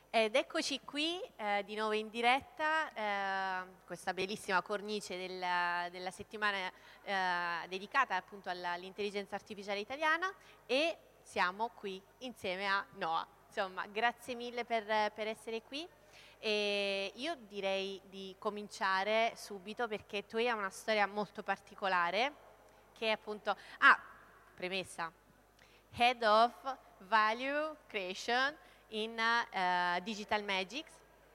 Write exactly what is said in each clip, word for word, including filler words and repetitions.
Ed eccoci qui eh, di nuovo in diretta, eh, questa bellissima cornice della, della settimana eh, dedicata appunto alla- all'intelligenza artificiale italiana, e siamo qui insieme a Noa. Insomma, grazie mille per, per essere qui. E io direi di cominciare subito perché tu hai una storia molto particolare che è appunto... Ah, premessa. Head of Value Creation in uh, Digital Magics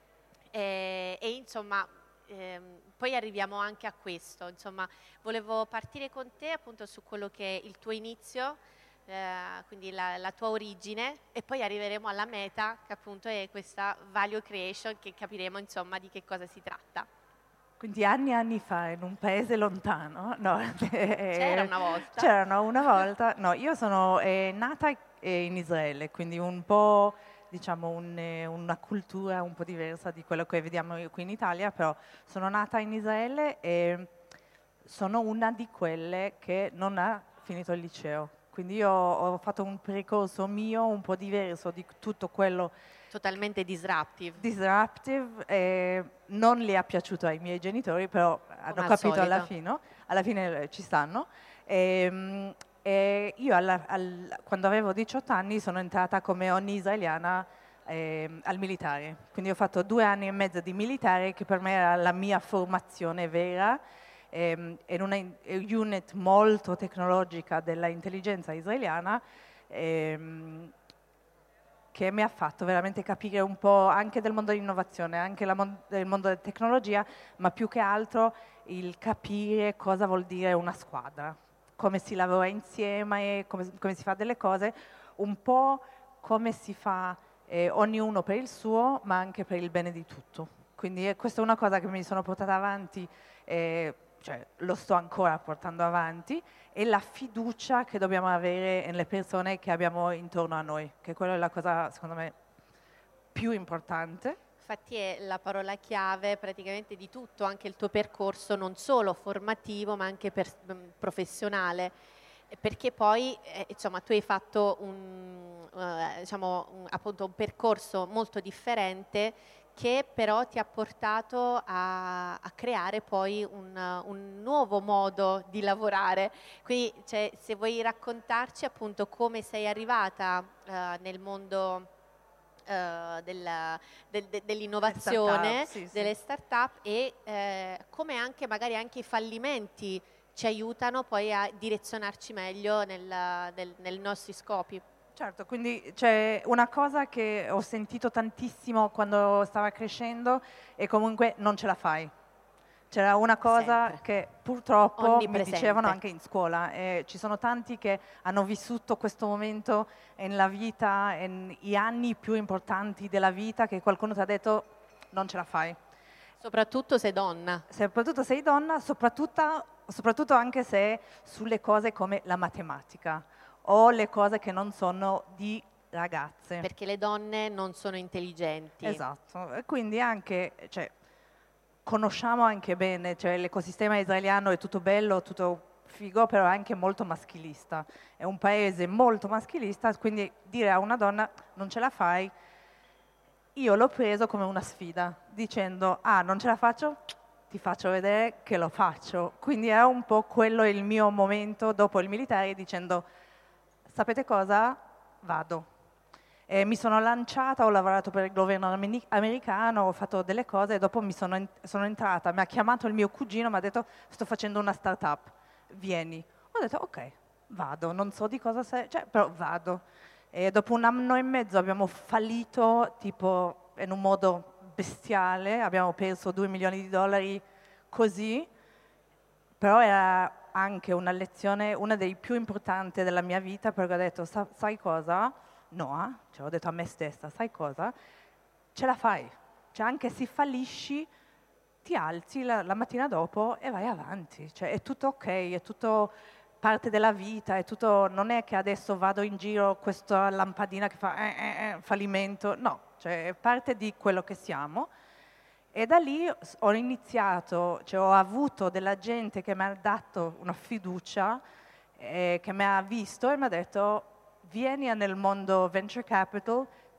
e, e insomma ehm, poi arriviamo anche a questo. Insomma, volevo partire con te appunto su quello che è il tuo inizio, eh, quindi la, la tua origine, e poi arriveremo alla meta, che appunto è questa value creation, che capiremo insomma di che cosa si tratta. Quindi anni e anni fa, in un paese lontano, no, C'era una volta. c'erano una volta, no, io sono eh, nata eh, in Israele, quindi un po', diciamo, un, eh, una cultura un po' diversa di quello che vediamo qui in Italia, però sono nata in Israele e sono una di quelle che non ha finito il liceo. Quindi io ho fatto un percorso mio un po' diverso di tutto quello Totalmente disruptive. disruptive, e non le è piaciuto ai miei genitori, però hanno al capito alla solito. fine, alla fine ci stanno. E, e io alla- al- quando avevo diciotto anni sono entrata come ogni israeliana ehm, al militare, quindi ho fatto due anni e mezzo di militare, che per me era la mia formazione vera, ehm, in una in- unit molto tecnologica dell'intelligenza israeliana, ehm, che mi ha fatto veramente capire un po' anche del mondo dell'innovazione, anche la mon- del mondo della tecnologia, ma più che altro il capire cosa vuol dire una squadra, come si lavora insieme, come, come si fa delle cose, un po' come si fa eh, ognuno per il suo, ma anche per il bene di tutto. Quindi eh, questa è una cosa che mi sono portata avanti, eh, cioè lo sto ancora portando avanti, e la fiducia che dobbiamo avere nelle persone che abbiamo intorno a noi, che quella è la cosa, secondo me, più importante. Infatti è la parola chiave praticamente di tutto, anche il tuo percorso non solo formativo ma anche per- mh, professionale, eh, perché poi eh, insomma tu hai fatto un, eh, diciamo, un- appunto un percorso molto differente che però ti ha portato a, a creare poi un, un nuovo modo di lavorare. Quindi cioè, se vuoi raccontarci appunto come sei arrivata eh, nel mondo eh, della- del- de- Startup, dell'innovazione, sì, sì. delle start-up, e eh, come anche magari anche i fallimenti ci aiutano poi a direzionarci meglio nel- nel- nei nostri scopi. Certo, quindi c'è una cosa che ho sentito tantissimo quando stava crescendo, e comunque non ce la fai. C'era una cosa Sempre. che purtroppo mi dicevano Onnipresente. anche in scuola, e ci sono tanti che hanno vissuto questo momento nella vita, negli anni più importanti della vita, che qualcuno ti ha detto non ce la fai. Soprattutto se donna. Soprattutto sei donna, soprattutto, soprattutto anche se sulle cose come la matematica o le cose che non sono di ragazze. Perché le donne non sono intelligenti. Esatto, e quindi anche, cioè, conosciamo anche bene, cioè l'ecosistema israeliano è tutto bello, tutto figo, però è anche molto maschilista. È un paese molto maschilista, quindi dire a una donna non ce la fai, io l'ho preso come una sfida, dicendo, ah, non ce la faccio? Ti faccio vedere che lo faccio. Quindi è un po' quello il mio momento dopo il militare, dicendo, sapete cosa? Vado. E mi sono lanciata, ho lavorato per il governo ameri- americano, ho fatto delle cose e dopo mi sono, en- sono entrata, mi ha chiamato il mio cugino, mi ha detto sto facendo una startup, vieni. Ho detto ok, vado, non so di cosa sei, cioè, però vado. E dopo un anno e mezzo abbiamo fallito tipo in un modo bestiale, abbiamo perso due milioni di dollari così, però era anche una lezione, una dei più importanti della mia vita, perché ho detto, "Sa- sai cosa? Noah, cioè ho detto a me stessa, sai cosa? Ce la fai, cioè anche se fallisci, ti alzi la, la mattina dopo e vai avanti, cioè è tutto ok, è tutto parte della vita, è tutto, non è che adesso vado in giro questa lampadina che fa eh, eh, eh, fallimento, no, cioè è parte di quello che siamo. E da lì s- ho iniziato, cioè ho avuto della gente che mi ha dato una fiducia, eh, che mi ha visto e mi ha detto vieni nel mondo venture capital,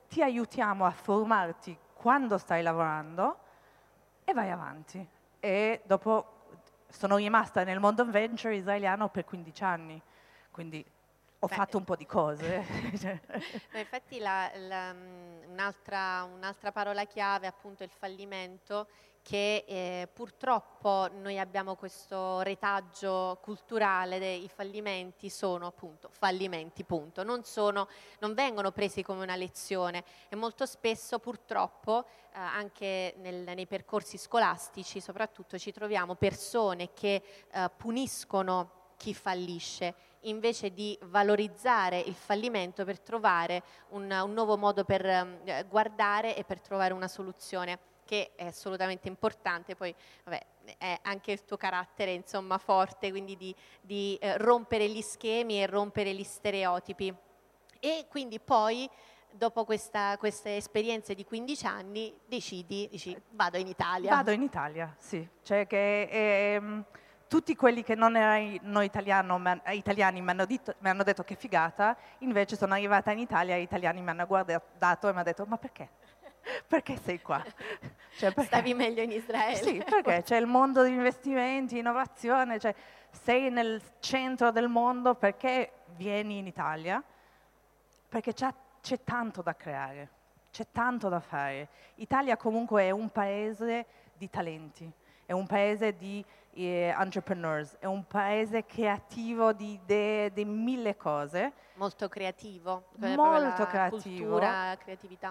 ti aiutiamo a formarti quando stai lavorando e vai avanti. E dopo sono rimasta nel mondo venture israeliano per quindici anni, quindi ho Beh, fatto un po' di cose. No, infatti la- la- un'altra, un'altra parola chiave è appunto il fallimento, che eh, purtroppo noi abbiamo questo retaggio culturale dei fallimenti sono appunto fallimenti, punto. Non, sono, non vengono presi come una lezione e molto spesso purtroppo eh, anche nel- nei percorsi scolastici soprattutto ci troviamo persone che eh, puniscono chi fallisce invece di valorizzare il fallimento per trovare un, un nuovo modo per eh, guardare e per trovare una soluzione, che è assolutamente importante. Poi vabbè, è anche il tuo carattere insomma forte, quindi di, di eh, rompere gli schemi e rompere gli stereotipi. E quindi poi dopo questa, queste esperienze di quindici anni decidi, dici vado in Italia. Vado in Italia, sì. Cioè che, ehm, tutti quelli che non erano italiano, ma, italiani mi hanno, dito, mi hanno detto che figata, invece sono arrivata in Italia e gli italiani mi hanno guardato e mi hanno detto ma perché? Perché sei qua? Cioè, perché? Stavi meglio in Israele. Sì, perché c'è il mondo di investimenti, innovazione, cioè sei nel centro del mondo, perché vieni in Italia? Perché c'è, c'è tanto da creare, c'è tanto da fare. Italia comunque è un paese di talenti, è un paese di eh, entrepreneurs, è un paese creativo di idee, di mille cose. Molto creativo, Molto la creativo. cultura, creatività.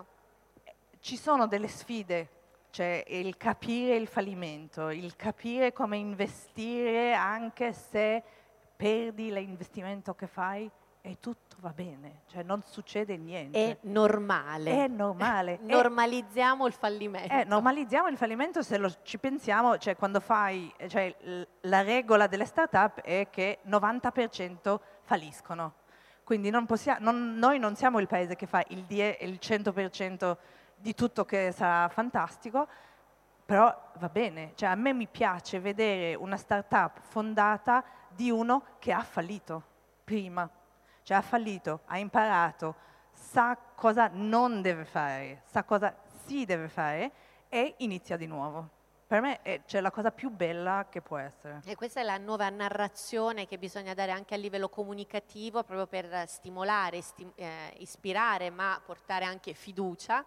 Ci sono delle sfide, cioè il capire il fallimento, il capire come investire anche se perdi l'investimento che fai e tutto va bene, cioè non succede niente. È normale. È normale. Normalizziamo è, il fallimento. Eh, normalizziamo il fallimento se lo, ci pensiamo, cioè quando fai, cioè, la regola delle start-up è che novanta per cento falliscono. Quindi non possiamo, non, noi non siamo il paese che fa il, die, il cento per cento di tutto che sarà fantastico, però va bene. Cioè, a me mi piace vedere una start-up fondata di uno che ha fallito prima. Cioè ha fallito, ha imparato, sa cosa non deve fare, sa cosa sì deve fare e inizia di nuovo. Per me è cioè, la cosa più bella che può essere. E questa è la nuova narrazione che bisogna dare anche a livello comunicativo, proprio per stimolare, sti- eh, ispirare, ma portare anche fiducia,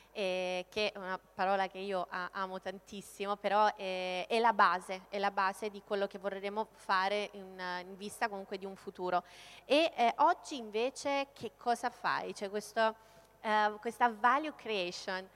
eh, che è una parola che io a- amo tantissimo, però è, è la base, è la base di quello che vorremmo fare in, in vista comunque di un futuro. E eh, oggi invece che cosa fai? C'è questo, eh, questa value creation.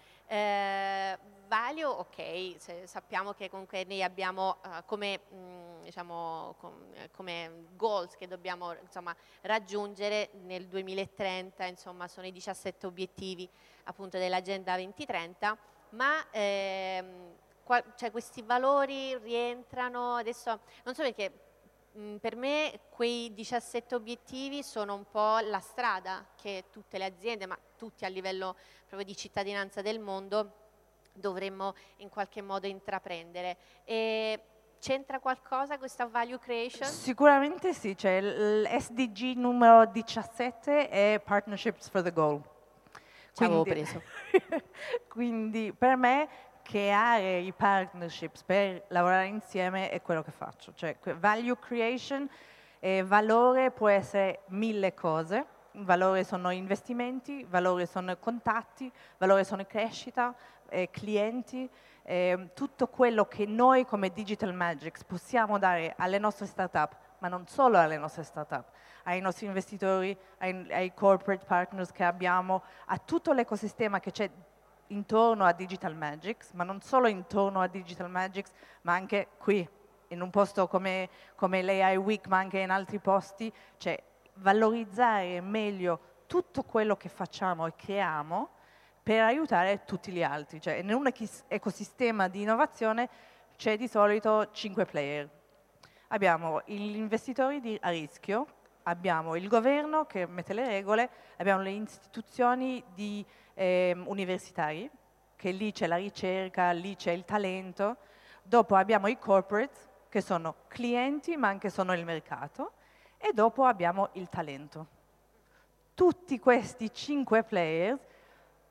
Eh, value, ok, se, sappiamo che comunque noi abbiamo uh, come, mh, diciamo, com, come goals che dobbiamo insomma, raggiungere nel duemilatrenta, insomma sono i diciassette obiettivi appunto dell'Agenda duemilatrenta, ma ehm, qua, cioè, questi valori rientrano, adesso non so perché mh, per me quei diciassette obiettivi sono un po' la strada che tutte le aziende, ma tutti a livello proprio di cittadinanza del mondo, dovremmo in qualche modo intraprendere. E c'entra qualcosa questa value creation? Sicuramente sì, cioè l'S D G numero diciassette è Partnerships for the Goal. Ci avevo preso. Quindi per me creare i partnerships per lavorare insieme è quello che faccio. Cioè value creation e valore può essere mille cose. Valore sono investimenti, valore sono contatti, valore sono crescita, eh, clienti, eh, tutto quello che noi come Digital Magics possiamo dare alle nostre startup, ma non solo alle nostre startup, ai nostri investitori, ai, ai corporate partners che abbiamo, a tutto l'ecosistema che c'è intorno a Digital Magics, ma non solo intorno a Digital Magics, ma anche qui, in un posto come, come l'A I Week, ma anche in altri posti, cioè valorizzare meglio tutto quello che facciamo e creiamo per aiutare tutti gli altri. Cioè, in un ecosistema di innovazione c'è di solito cinque player. Abbiamo gli investitori di, a rischio, abbiamo il governo che mette le regole, abbiamo le istituzioni di, eh, universitari, che lì c'è la ricerca, lì c'è il talento. Dopo abbiamo i corporate, che sono clienti ma anche sono il mercato. E dopo abbiamo il talento. Tutti questi cinque players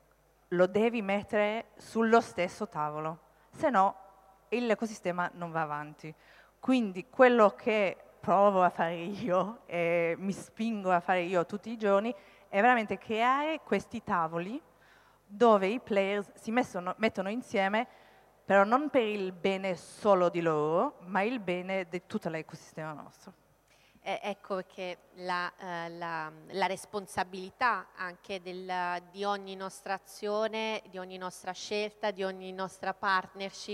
lo devi mettere sullo stesso tavolo, se no l'ecosistema non va avanti. Quindi quello che provo a fare io e mi spingo a fare io tutti i giorni è veramente creare questi tavoli dove i players si messono, mettono insieme, però non per il bene solo di loro, ma il bene di tutto l'ecosistema nostro. Eh, ecco che la, eh, la, la responsabilità anche del, di ogni nostra azione, di ogni nostra scelta, di ogni nostra partnership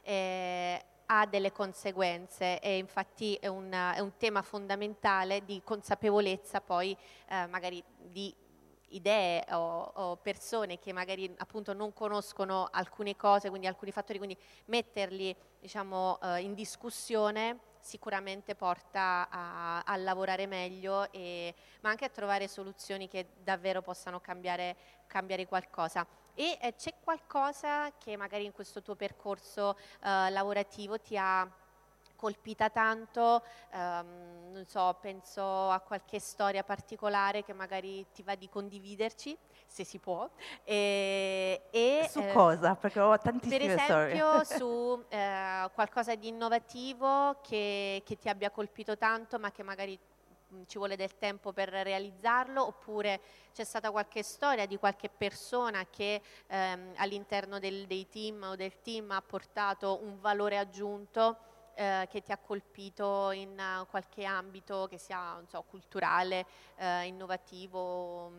eh, ha delle conseguenze e infatti è un, è un tema fondamentale di consapevolezza poi eh, magari di idee o, o persone che magari appunto non conoscono alcune cose, quindi alcuni fattori, quindi metterli diciamo eh, in discussione sicuramente porta a, a lavorare meglio, e, ma anche a trovare soluzioni che davvero possano cambiare, cambiare qualcosa. E eh, c'è qualcosa che magari in questo tuo percorso eh, lavorativo ti ha colpita tanto, ehm, non so, penso a qualche storia particolare che magari ti va di condividerci, se si può. E, e, Su eh, cosa? Perché ho tantissime storie. Per esempio su eh, qualcosa di innovativo che, che ti abbia colpito tanto ma che magari mh, ci vuole del tempo per realizzarlo, oppure c'è stata qualche storia di qualche persona che ehm, all'interno del, dei team o del team ha portato un valore aggiunto eh, che ti ha colpito in uh, qualche ambito che sia, non so, culturale, eh, innovativo.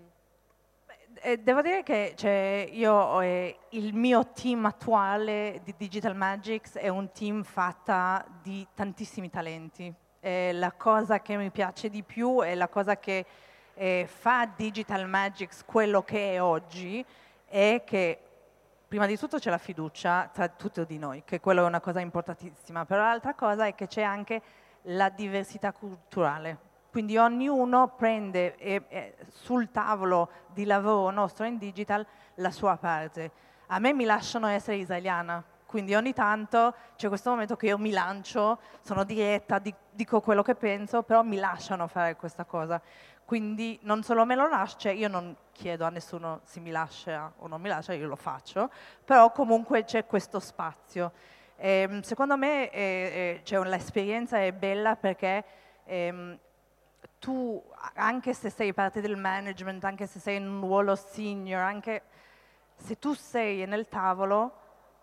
Eh, Devo dire che cioè, io, eh, il mio team attuale di Digital Magics è un team fatta di tantissimi talenti. Eh, la cosa che mi piace di più e la cosa che eh, fa Digital Magics quello che è oggi è che prima di tutto c'è la fiducia tra tutti di noi, che quello è una cosa importantissima, però l'altra cosa è che c'è anche la diversità culturale. Quindi ognuno prende eh, eh, sul tavolo di lavoro nostro in digital la sua parte. A me mi lasciano essere israeliana, quindi ogni tanto c'è questo momento che io mi lancio, sono diretta, di, dico quello che penso, però mi lasciano fare questa cosa. Quindi non solo me lo lascia, cioè io non chiedo a nessuno se mi lascia o non mi lascia, io lo faccio, però comunque c'è questo spazio. E, secondo me eh, eh, cioè, l'esperienza è bella perché ehm, tu, anche se sei parte del management, anche se sei in un ruolo senior, anche se tu sei nel tavolo,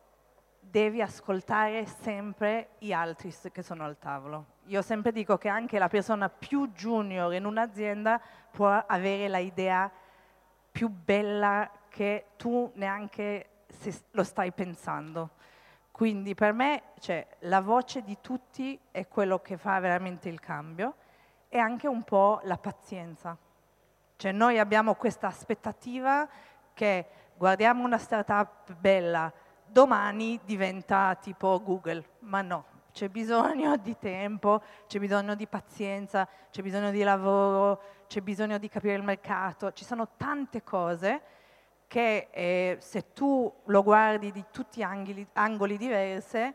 devi ascoltare sempre gli altri che sono al tavolo. Io sempre dico che anche la persona più junior in un'azienda può avere l'idea più bella che tu neanche lo stai pensando. Quindi per me cioè, la voce di tutti è quello che fa veramente il cambio, e anche un po' la pazienza. Cioè noi abbiamo questa aspettativa che guardiamo una startup bella, domani diventa tipo Google, ma no, c'è bisogno di tempo, c'è bisogno di pazienza, c'è bisogno di lavoro, c'è bisogno di capire il mercato, ci sono tante cose che eh, se tu lo guardi di tutti angoli, angoli diversi,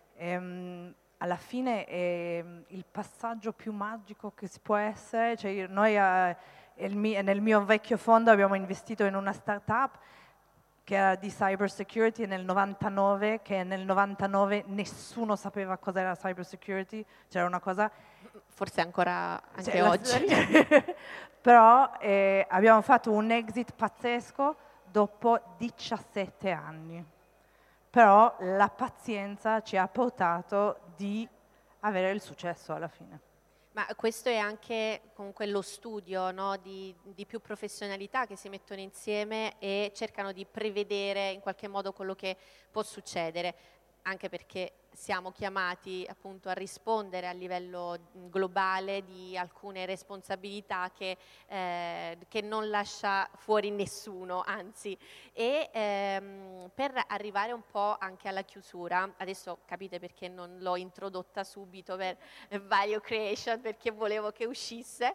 ehm, alla fine è il passaggio più magico che si può essere. Cioè, noi eh, nel mio vecchio fondo abbiamo investito in una startup che era di cyber security nel novantanove, che nel novantanove nessuno sapeva cos'era cyber security, c'era una cosa... Forse ancora anche cioè, oggi. La... Però eh, abbiamo fatto un exit pazzesco dopo diciassette anni. Però la pazienza ci ha portato di avere il successo alla fine. Ma questo è anche comunque lo studio, no? di, di più professionalità che si mettono insieme e cercano di prevedere in qualche modo quello che può succedere, anche perché siamo chiamati appunto a rispondere a livello globale di alcune responsabilità che, eh, che non lascia fuori nessuno, anzi. E ehm, per arrivare un po' anche alla chiusura, adesso capite perché non l'ho introdotta subito per Value Creation, perché volevo che uscisse,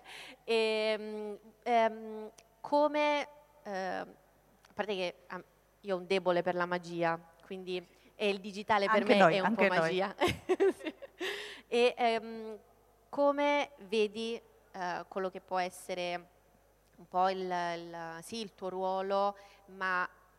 e, ehm, come, eh, a parte che ah, io ho un debole per la magia, quindi... e il digitale per anche me noi, è un po' magia. Sì. E ehm, come vedi eh, quello che può essere un po' il, il, sì, il tuo ruolo, ma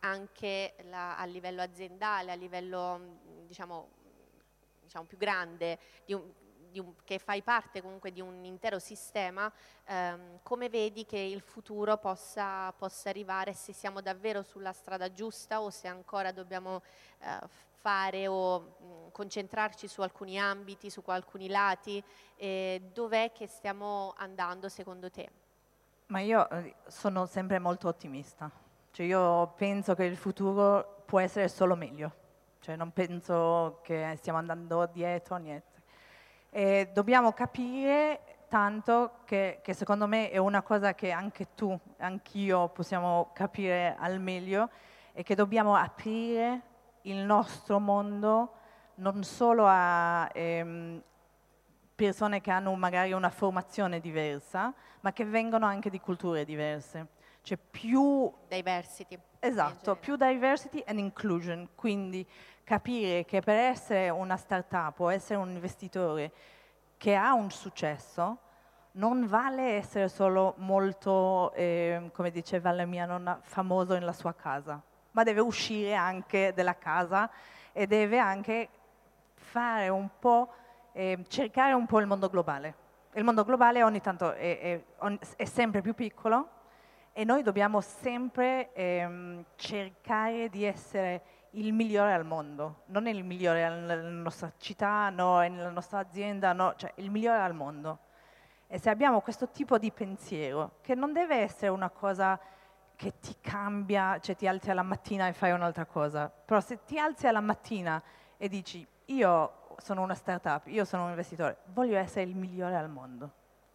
anche la, a livello aziendale, a livello diciamo, diciamo più grande, di un, di un, che fai parte comunque di un intero sistema, ehm, come vedi che il futuro possa, possa arrivare, se siamo davvero sulla strada giusta o se ancora dobbiamo eh, fare o mh, concentrarci su alcuni ambiti, su alcuni lati, eh, dov'è che stiamo andando secondo te? Ma io eh, sono sempre molto ottimista, cioè io penso che il futuro può essere solo meglio, cioè non penso che stiamo andando dietro, niente. E dobbiamo capire tanto che, che secondo me è una cosa che anche tu, anch'io possiamo capire al meglio, è che dobbiamo aprire il nostro mondo non solo a ehm, persone che hanno magari una formazione diversa, ma che vengono anche di culture diverse. Cioè più diversity. Esatto, più diversity and inclusion, quindi capire che per essere una startup o essere un investitore che ha un successo non vale essere solo molto, eh, come diceva la mia nonna, famoso nella sua casa, ma deve uscire anche dalla casa e deve anche fare un po', eh, cercare un po' il mondo globale. Il mondo globale ogni tanto è, è, è sempre più piccolo, e noi dobbiamo sempre ehm, cercare di essere il migliore al mondo, non il migliore nella nostra città, no, nella nostra azienda, no, cioè il migliore al mondo. E se abbiamo questo tipo di pensiero, che non deve essere una cosa che ti cambia, cioè ti alzi alla mattina e fai un'altra cosa, però se ti alzi alla mattina e dici io sono una startup, io sono un investitore, voglio essere il migliore al mondo,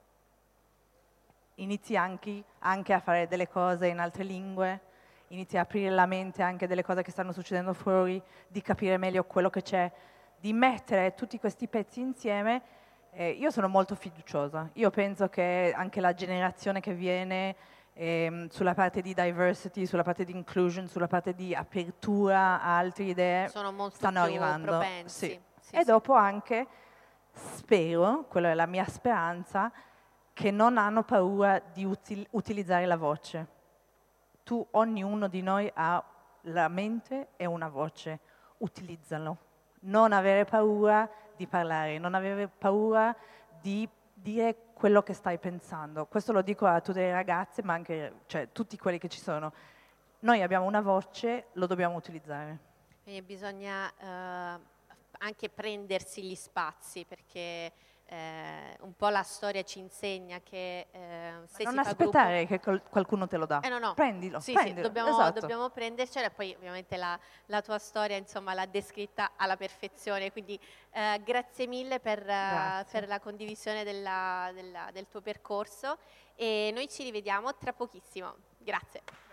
inizi anche, anche a fare delle cose in altre lingue, inizi a aprire la mente anche delle cose che stanno succedendo fuori, di capire meglio quello che c'è, di mettere tutti questi pezzi insieme. Eh, io sono molto fiduciosa, io penso che anche la generazione che viene ehm, sulla parte di diversity, sulla parte di inclusion, sulla parte di apertura a altre idee, sono molto stanno più arrivando. propensi. Sì. Sì, e sì. dopo anche, spero, quella è la mia speranza, che non hanno paura di util- utilizzare la voce. Tu, ognuno di noi ha la mente e una voce, utilizzalo. Non avere paura di parlare, non avere paura di dire quello che stai pensando. Questo lo dico a tutte le ragazze, ma anche cioè, tutti quelli che ci sono. Noi abbiamo una voce, lo dobbiamo utilizzare. E bisogna eh, anche prendersi gli spazi, perché eh, un po' la storia ci insegna che eh, se non si fa aspettare gruppo... che qualcuno te lo dà. Eh no, no. Prendilo, Sì, prendilo. sì, dobbiamo, Esatto. dobbiamo prendercela, e poi ovviamente la, la tua storia insomma l'ha descritta alla perfezione, quindi eh, grazie mille per, uh, per la condivisione della, della, del tuo percorso, e noi ci rivediamo tra pochissimo. Grazie.